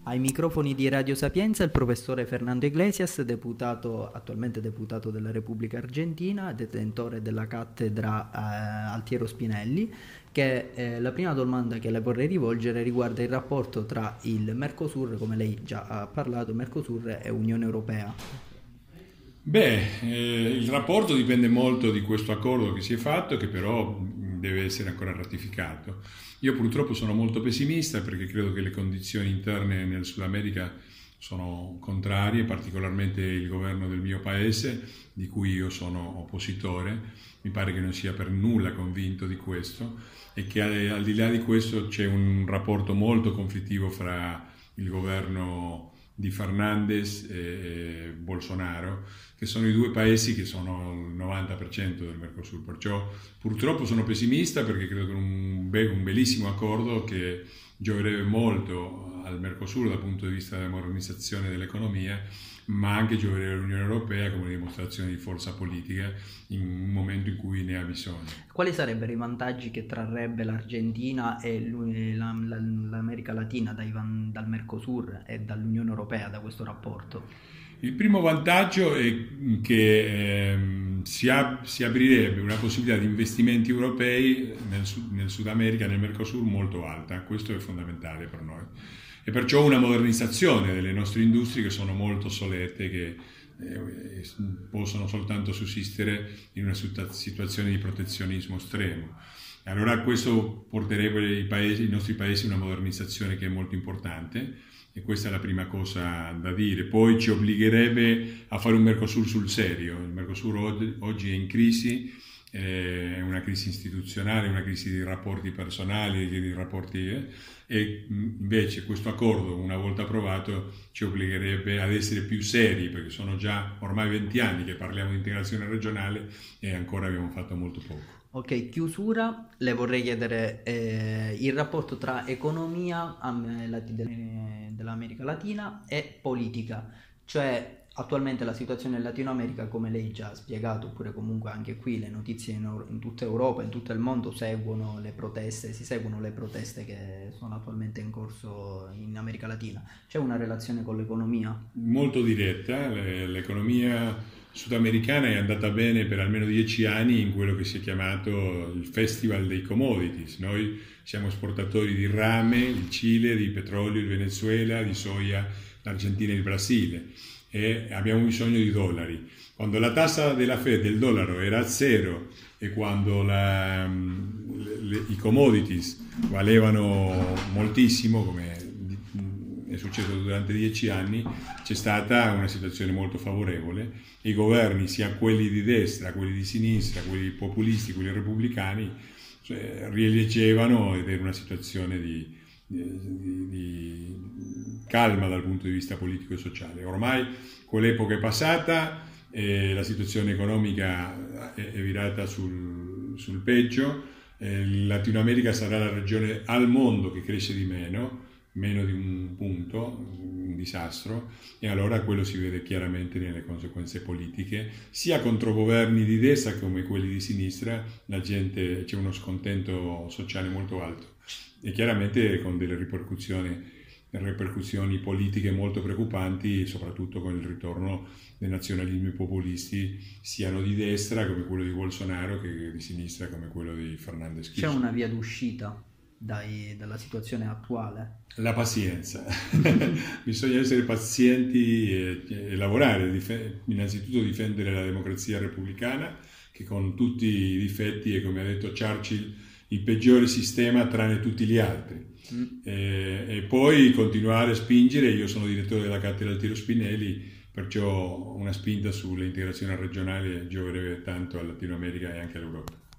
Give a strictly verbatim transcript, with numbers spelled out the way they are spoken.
Ai microfoni di Radio Sapienza il professore Fernando Iglesias, deputato, attualmente deputato della Repubblica Argentina, detentore della cattedra eh, Altiero Spinelli, che eh, la prima domanda che le vorrei rivolgere riguarda il rapporto tra il Mercosur, come lei già ha parlato, Mercosur e Unione Europea. Beh, eh, il rapporto dipende molto di questo accordo che si è fatto, che però deve essere ancora ratificato. Io purtroppo sono molto pessimista perché credo che le condizioni interne nel Sud America sono contrarie, particolarmente il governo del mio paese, di cui io sono oppositore. Mi pare che non sia per nulla convinto di questo e che al, al di là di questo c'è un rapporto molto conflittivo fra il governo di Fernandez e Bolsonaro, che sono i due paesi che sono il novanta per cento del Mercosur. Perciò purtroppo sono pessimista perché credo che un, be- un bellissimo accordo che gioverebbe molto al Mercosur dal punto di vista della modernizzazione dell'economia, ma anche gioverebbe all'Unione Europea come dimostrazione di forza politica in un momento in cui ne ha bisogno. Quali sarebbero i vantaggi che trarrebbe l'Argentina e la, la, l'America Latina dai, dal Mercosur e dall'Unione Europea da questo rapporto? Il primo vantaggio è che ehm, si, ap- si aprirebbe una possibilità di investimenti europei nel, Sud- nel Sud America, nel Mercosur molto alta. Questo è fondamentale per noi. E perciò una modernizzazione delle nostre industrie che sono molto obsolete, che eh, possono soltanto sussistere in una situazione di protezionismo estremo. Allora questo porterebbe i, paesi, i nostri paesi a una modernizzazione che è molto importante. E questa è la prima cosa da dire. Poi ci obbligherebbe a fare un Mercosur sul serio. Il Mercosur oggi è in crisi, è una crisi istituzionale, una crisi di rapporti personali, di rapporti, eh, e invece questo accordo, una volta approvato, ci obbligherebbe ad essere più seri, perché sono già ormai venti anni che parliamo di integrazione regionale e ancora abbiamo fatto molto poco. Ok, chiusura, le vorrei chiedere eh, il rapporto tra economia dell'America Latina e politica, cioè attualmente la situazione in Latino America, come lei già ha spiegato, oppure comunque anche qui le notizie in, in tutta Europa, in tutto il mondo seguono le proteste, si seguono le proteste che sono attualmente in corso in America Latina. C'è una relazione con l'economia? Molto diretta, l'economia sudamericana è andata bene per almeno dieci anni in quello che si è chiamato il Festival dei Commodities. Noi siamo esportatori di rame, il Cile, di petrolio, il Venezuela, di soia, l'Argentina e il Brasile, e abbiamo bisogno di dollari. Quando la tassa della Fed del dollaro era a zero e quando la, le, i commodities valevano moltissimo, come è successo durante dieci anni, c'è stata una situazione molto favorevole. I governi, sia quelli di destra, quelli di sinistra, quelli populisti, quelli repubblicani, cioè, rieleggevano ed era una situazione di, di, di calma dal punto di vista politico e sociale. Ormai quell'epoca è passata, e la situazione economica è, è virata sul, sul peggio. Eh, il Latino America sarà la regione al mondo che cresce di meno, meno di un punto, un disastro, e allora quello si vede chiaramente nelle conseguenze politiche, sia contro governi di destra come quelli di sinistra. La gente, c'è uno scontento sociale molto alto e chiaramente con delle ripercussioni ripercussioni politiche molto preoccupanti, soprattutto con il ritorno dei nazionalismi populisti, siano di destra come quello di Bolsonaro che di sinistra come quello di Fernandez. C'è una via d'uscita dai, dalla situazione attuale? La pazienza. Bisogna essere pazienti e, e lavorare, dif- innanzitutto difendere la democrazia repubblicana, che con tutti i difetti è, come ha detto Churchill, il peggiore sistema tranne tutti gli altri. Mm. E, e poi continuare a spingere. Io sono direttore della cattedra Altiero Spinelli, perciò una spinta sull'integrazione regionale gioverebbe tanto al Latino America e anche all'Europa.